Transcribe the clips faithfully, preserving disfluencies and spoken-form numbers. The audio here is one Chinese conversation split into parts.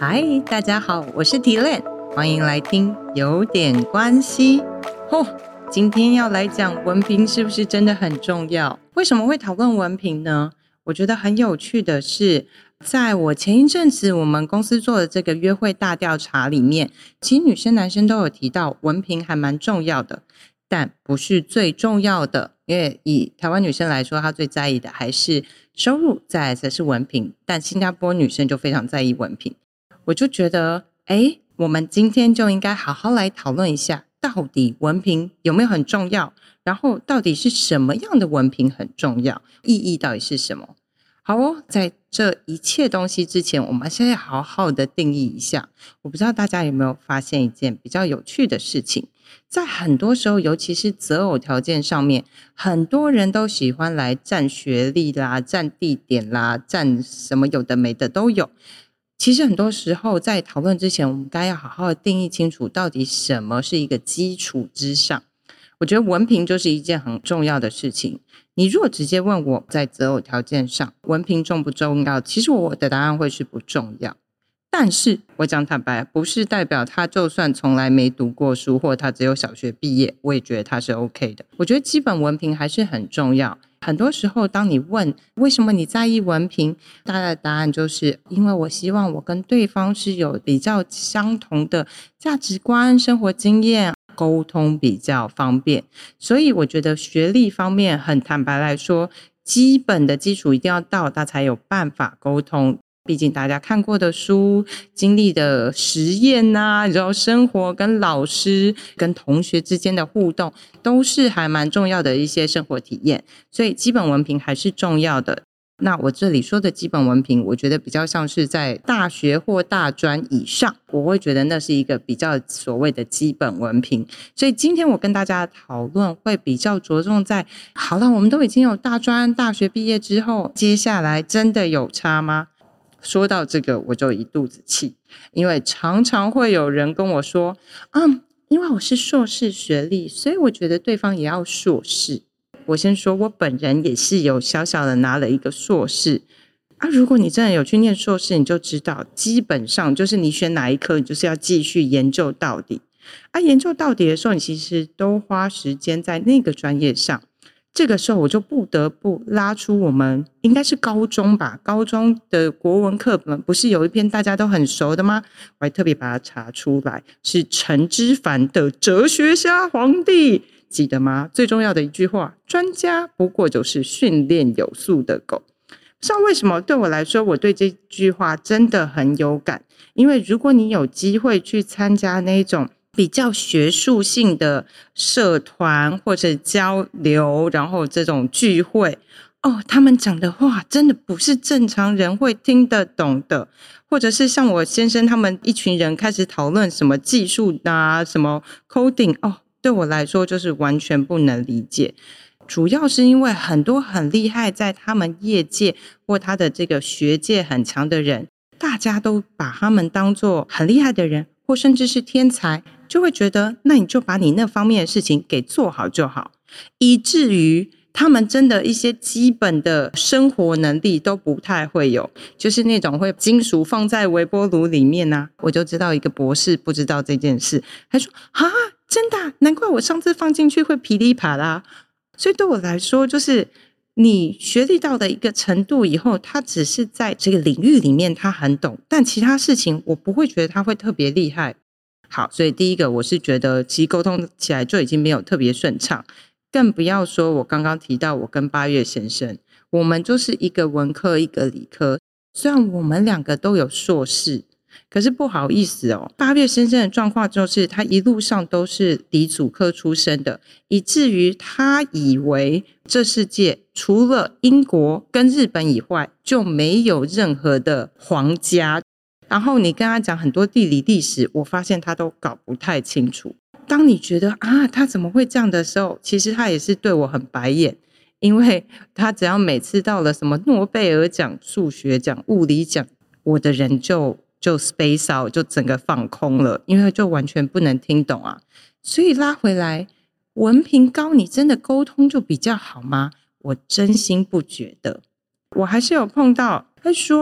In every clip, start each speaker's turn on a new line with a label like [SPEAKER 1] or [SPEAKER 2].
[SPEAKER 1] 嗨，大家好，我是 Tilan， 欢迎来听有点关系。哦，今天要来讲文凭是不是真的很重要？为什么会讨论文凭呢？我觉得很有趣的是，在我前一阵子我们公司做的这个约会大调查里面，其实女生男生都有提到文凭还蛮重要的，但不是最重要的，因为以台湾女生来说，她最在意的还是收入，再来则是文凭，但新加坡女生就非常在意文凭。我就觉得诶我们今天就应该好好来讨论一下，到底文凭有没有很重要，然后到底是什么样的文凭很重要，意义到底是什么。好哦，在这一切东西之前，我们现在好好的定义一下。我不知道大家有没有发现一件比较有趣的事情，在很多时候，尤其是择偶条件上面，很多人都喜欢来占学历啦，占地点啦，占什么有的没的都有。其实很多时候在讨论之前，我们该要好好的定义清楚到底什么是一个基础之上。我觉得文凭就是一件很重要的事情。你如果直接问我在择偶条件上文凭重不重要，其实我的答案会是不重要。但是我讲坦白，不是代表他就算从来没读过书，或他只有小学毕业，我也觉得他是 OK 的。我觉得基本文凭还是很重要。很多时候当你问为什么你在意文凭，大家的答案就是因为我希望我跟对方是有比较相同的价值观、生活经验，沟通比较方便。所以我觉得学历方面很坦白来说，基本的基础一定要到，他才有办法沟通。毕竟大家看过的书，经历的实验啊，然后生活跟老师跟同学之间的互动都是还蛮重要的一些生活体验，所以基本文凭还是重要的。那我这里说的基本文凭，我觉得比较像是在大学或大专以上，我会觉得那是一个比较所谓的基本文凭。所以今天我跟大家讨论会比较着重在，好了，我们都已经有大专大学毕业之后，接下来真的有差吗？说到这个我就一肚子气，因为常常会有人跟我说嗯，因为我是硕士学历，所以我觉得对方也要硕士。我先说我本人也是有小小的拿了一个硕士啊，如果你真的有去念硕士，你就知道基本上就是你选哪一科，你就是要继续研究到底啊，研究到底的时候，你其实都花时间在那个专业上。这个时候我就不得不拉出我们应该是高中吧，高中的国文课本不是有一篇大家都很熟的吗？我还特别把它查出来，是陈之藩的《哲学家皇帝》，记得吗？最重要的一句话，专家不过就是训练有素的狗。不知道为什么对我来说，我对这句话真的很有感，因为如果你有机会去参加那种比较学术性的社团或者交流，然后这种聚会哦，他们讲的话真的不是正常人会听得懂的，或者是像我先生他们一群人开始讨论什么技术啊，什么 coding 哦，对我来说就是完全不能理解。主要是因为很多很厉害在他们业界或他的这个学界很强的人，大家都把他们当作很厉害的人，或甚至是天才，就会觉得那你就把你那方面的事情给做好就好，以至于他们真的一些基本的生活能力都不太会有，就是那种会金属放在微波炉里面啊，我就知道一个博士不知道这件事，还说啊真的啊，难怪我上次放进去会噼里啪啦。所以对我来说，就是你学历到了一个程度以后，他只是在这个领域里面他很懂，但其他事情我不会觉得他会特别厉害。好，所以第一个我是觉得其实沟通起来就已经没有特别顺畅，更不要说我刚刚提到我跟八月先生，我们就是一个文科一个理科，虽然我们两个都有硕士，可是不好意思哦，八月先生的状况就是他一路上都是理组科出身的，以至于他以为这世界除了英国跟日本以外就没有任何的皇家，然后你跟他讲很多地理历史，我发现他都搞不太清楚。当你觉得啊他怎么会这样的时候，其实他也是对我很白眼，因为他只要每次到了什么诺贝尔奖、数学奖、物理奖，我的人就就 space out， 就整个放空了，因为就完全不能听懂啊。所以拉回来，文凭高你真的沟通就比较好吗？我真心不觉得。我还是有碰到他说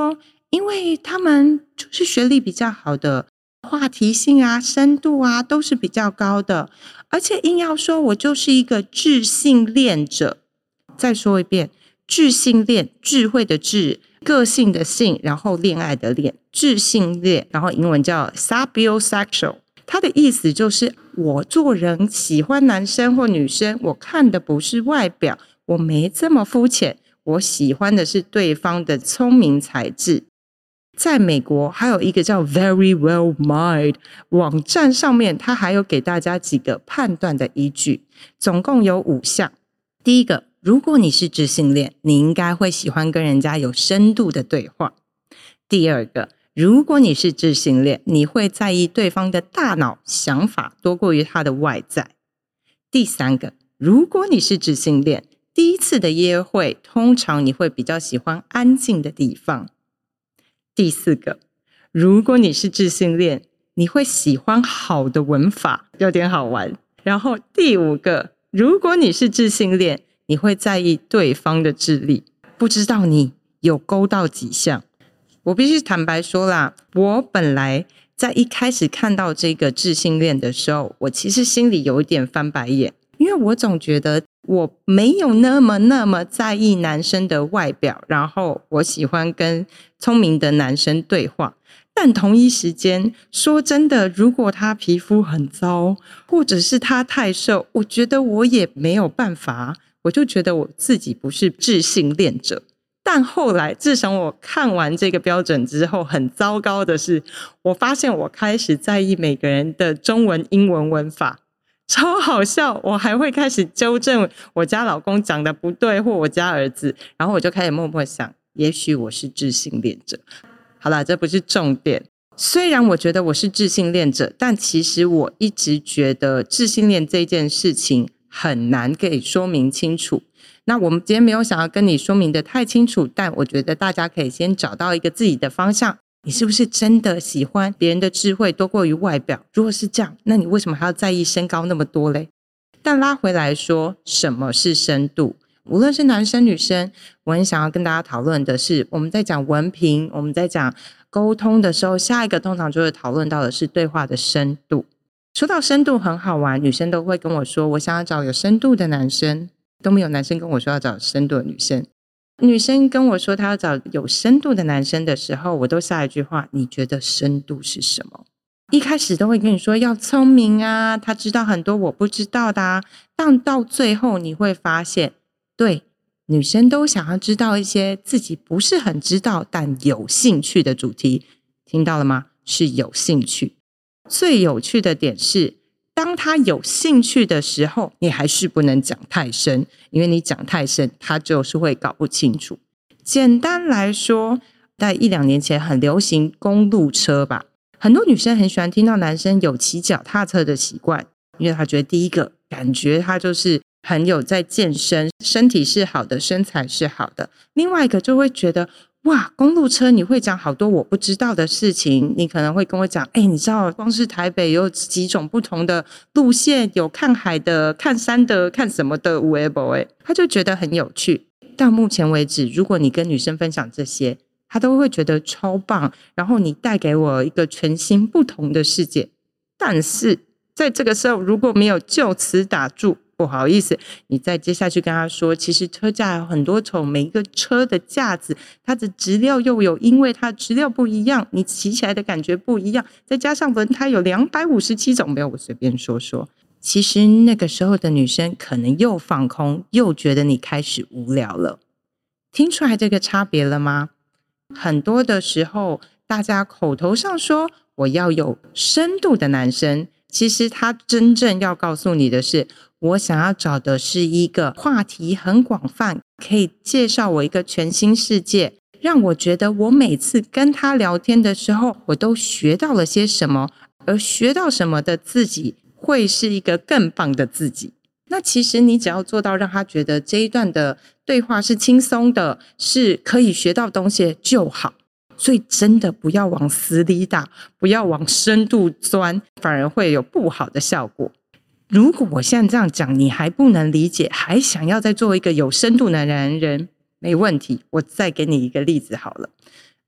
[SPEAKER 1] 因为他们就是学历比较好的，话题性啊、深度啊都是比较高的，而且硬要说我就是一个智性恋者。再说一遍，智性恋，智慧的智，个性的性，然后恋爱的恋，智性恋，然后英文叫 sapiosexual。 它的意思就是我做人喜欢男生或女生，我看的不是外表，我没这么肤浅，我喜欢的是对方的聪明才智。在美国还有一个叫 Very Well Mind 网站上面，它还有给大家几个判断的依据，总共有五项。第一个，如果你是智性恋，你应该会喜欢跟人家有深度的对话。第二个，如果你是智性恋，你会在意对方的大脑想法多过于他的外在。第三个，如果你是智性恋，第一次的约会通常你会比较喜欢安静的地方。第四个，如果你是智性恋，你会喜欢好的文法，有点好玩。然后第五个，如果你是智性恋，你会在意对方的智力。不知道你有勾到几项？我必须坦白说啦，我本来在一开始看到这个智性恋的时候，我其实心里有一点翻白眼，因为我总觉得我没有那么那么在意男生的外表，然后我喜欢跟聪明的男生对话。但同一时间，说真的，如果他皮肤很糟，或者是他太瘦，我觉得我也没有办法，我就觉得我自己不是智性恋者。但后来自从我看完这个标准之后，很糟糕的是，我发现我开始在意每个人的中文英文文法，超好笑。我还会开始纠正我家老公讲的不对，或我家儿子，然后我就开始默默想，也许我是智性恋者。好啦，这不是重点。虽然我觉得我是智性恋者，但其实我一直觉得智性恋这件事情很难给说明清楚。那我们今天没有想要跟你说明的太清楚，但我觉得大家可以先找到一个自己的方向。你是不是真的喜欢别人的智慧多过于外表？如果是这样，那你为什么还要在意身高那么多嘞？但拉回来说，什么是深度？无论是男生女生，我很想要跟大家讨论的是，我们在讲文凭，我们在讲沟通的时候，下一个通常就会讨论到的是对话的深度。说到深度很好玩，女生都会跟我说，我想要找有深度的男生，都没有男生跟我说要找有深度的女生。女生跟我说她要找有深度的男生的时候，我都下一句话，你觉得深度是什么？一开始都会跟你说要聪明啊，他知道很多我不知道的啊，但到最后你会发现，对，女生都想要知道一些自己不是很知道但有兴趣的主题。听到了吗？是有兴趣。最有趣的点是，当他有兴趣的时候，你还是不能讲太深，因为你讲太深，他就是会搞不清楚。简单来说，在一两年前很流行公路车吧，很多女生很喜欢听到男生有骑脚踏车的习惯，因为他觉得第一个感觉他就是很有在健身，身体是好的，身材是好的。另外一个就会觉得，哇，公路车你会讲好多我不知道的事情，你可能会跟我讲，哎，你知道光是台北有几种不同的路线，有看海的、看山的、看什么的，有的没的，他就觉得很有趣。到目前为止，如果你跟女生分享这些，他都会觉得超棒，然后你带给我一个全新不同的世界。但是在这个时候，如果没有就此打住，不好意思，你再接下去跟他说，其实车架有很多种，每一个车的架子它的质料又有，因为它质料不一样，你骑起来的感觉不一样，再加上轮胎有两百五十七种，没有，我随便说说。其实那个时候的女生可能又放空，又觉得你开始无聊了。听出来这个差别了吗？很多的时候大家口头上说我要有深度的男生，其实他真正要告诉你的是，我想要找的是一个话题很广泛，可以介绍我一个全新世界，让我觉得我每次跟他聊天的时候，我都学到了些什么，而学到什么的自己会是一个更棒的自己。那其实你只要做到让他觉得这一段的对话是轻松的，是可以学到东西就好。所以真的不要往死里打，不要往深度钻，反而会有不好的效果。如果我现在这样讲你还不能理解，还想要再做一个有深度的男人，没问题，我再给你一个例子好了。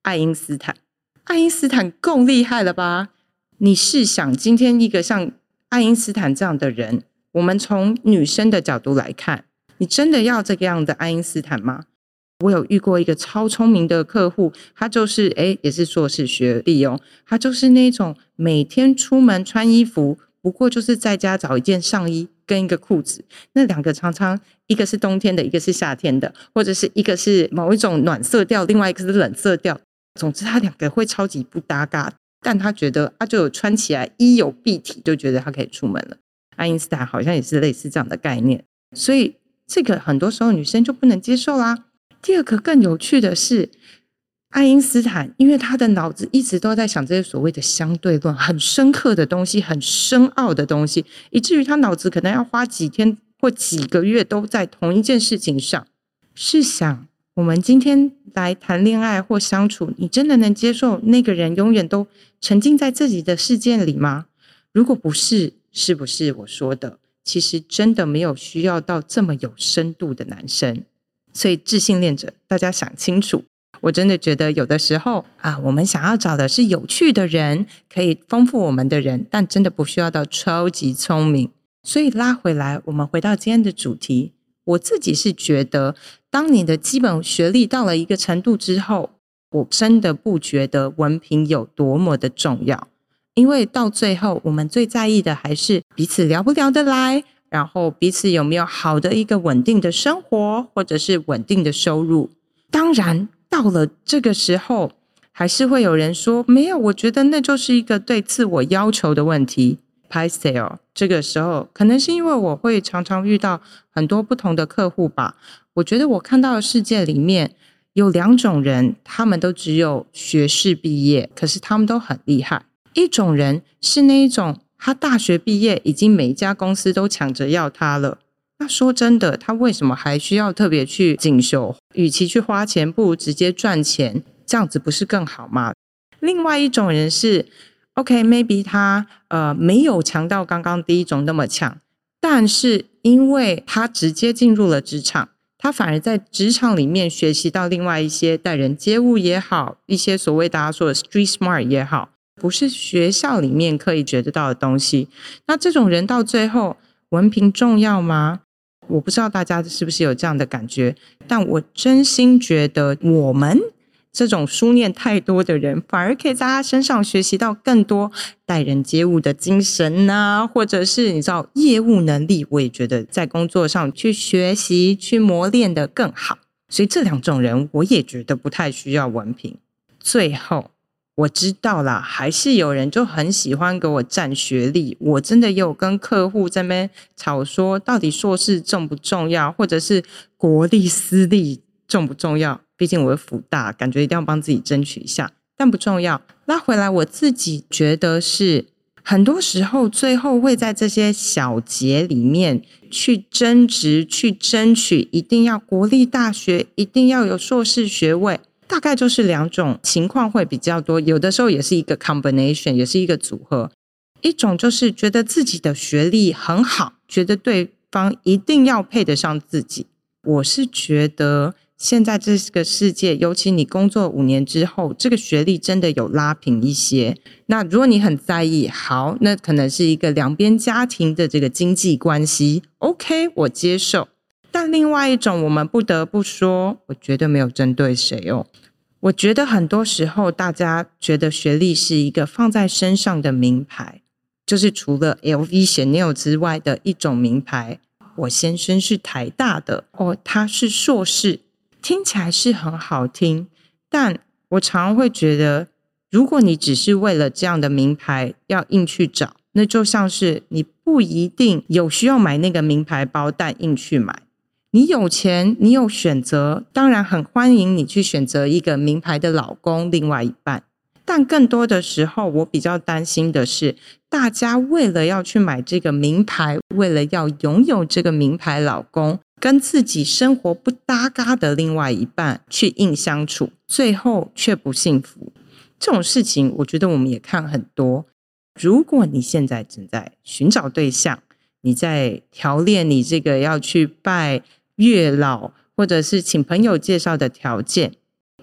[SPEAKER 1] 爱因斯坦。爱因斯坦够厉害了吧？你试想今天一个像爱因斯坦这样的人，我们从女生的角度来看，你真的要这个样的爱因斯坦吗？我有遇过一个超聪明的客户，他就是诶也是硕士学历哦，他就是那种每天出门穿衣服，不过就是在家找一件上衣跟一个裤子，那两个常常一个是冬天的，一个是夏天的，或者是一个是某一种暖色调，另外一个是冷色调，总之他两个会超级不搭嘎，但他觉得他就有穿起来衣有蔽体，就觉得他可以出门了。爱因斯坦好像也是类似这样的概念，所以这个很多时候女生就不能接受啦。第二个更有趣的是，爱因斯坦因为他的脑子一直都在想这些所谓的相对论，很深刻的东西，很深奥的东西，以至于他脑子可能要花几天或几个月都在同一件事情上。试想我们今天来谈恋爱或相处，你真的能接受那个人永远都沉浸在自己的世界里吗？如果不是，是不是我说的其实真的没有需要到这么有深度的男生？所以智性恋者，大家想清楚，我真的觉得有的时候啊，我们想要找的是有趣的人，可以丰富我们的人，但真的不需要到超级聪明。所以拉回来，我们回到今天的主题，我自己是觉得当你的基本学历到了一个程度之后，我真的不觉得文凭有多么的重要，因为到最后我们最在意的还是彼此聊不聊得来，然后彼此有没有好的一个稳定的生活，或者是稳定的收入。当然到了这个时候还是会有人说没有，我觉得那就是一个对自我要求的问题。拍摄哦，这个时候可能是因为我会常常遇到很多不同的客户吧，我觉得我看到的世界里面有两种人，他们都只有学士毕业，可是他们都很厉害。一种人是那一种他大学毕业已经每一家公司都抢着要他了，那说真的，他为什么还需要特别去进修？与其去花钱，不如直接赚钱，这样子不是更好吗？另外一种人是 OK maybe 他呃没有强到刚刚第一种那么强，但是因为他直接进入了职场，他反而在职场里面学习到另外一些待人接物也好，一些所谓大家说的 street smart 也好，不是学校里面可以学得到的东西。那这种人到最后文凭重要吗？我不知道大家是不是有这样的感觉，但我真心觉得我们这种书念太多的人，反而可以在他身上学习到更多待人接物的精神啊，或者是你知道业务能力，我也觉得在工作上去学习去磨练的更好。所以这两种人我也觉得不太需要文凭。最后我知道啦，还是有人就很喜欢给我占学历，我真的有跟客户在那边吵说到底硕士重不重要，或者是国立私立重不重要，毕竟我是辅大，感觉一定要帮自己争取一下，但不重要。拉回来，我自己觉得是很多时候最后会在这些小节里面去争执，去争取一定要国立大学，一定要有硕士学位，大概就是两种情况会比较多，有的时候也是一个 combination， 也是一个组合。一种就是觉得自己的学历很好，觉得对方一定要配得上自己。我是觉得现在这个世界，尤其你工作五年之后，这个学历真的有拉平一些。那如果你很在意，好，那可能是一个两边家庭的这个经济关系 OK 我接受。但另外一种我们不得不说，我绝对没有针对谁哦，我觉得很多时候大家觉得学历是一个放在身上的名牌，就是除了 L V、Chanel 之外的一种名牌。我先生是台大的哦，他是硕士，听起来是很好听，但我常常会觉得，如果你只是为了这样的名牌要硬去找，那就像是你不一定有需要买那个名牌包，但硬去买。你有钱，你有选择，当然很欢迎你去选择一个名牌的老公，另外一半。但更多的时候，我比较担心的是，大家为了要去买这个名牌，为了要拥有这个名牌老公，跟自己生活不搭嘎的另外一半去硬相处，最后却不幸福。这种事情我觉得我们也看很多。如果你现在正在寻找对象，你在调练你这个要去拜月老，或者是请朋友介绍的条件，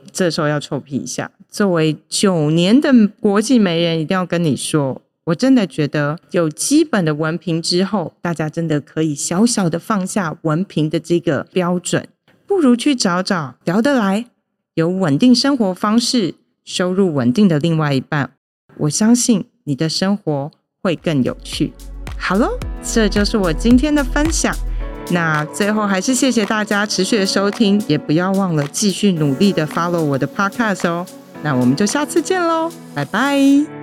[SPEAKER 1] 这时候要臭屁一下，作为九年的国际媒人，一定要跟你说，我真的觉得有基本的文凭之后，大家真的可以小小的放下文凭的这个标准，不如去找找聊得来、有稳定生活方式、收入稳定的另外一半，我相信你的生活会更有趣。好咯，这就是我今天的分享。那最后还是谢谢大家持续的收听，也不要忘了继续努力的 follow 我的 podcast 哦。那我们就下次见咯，拜拜。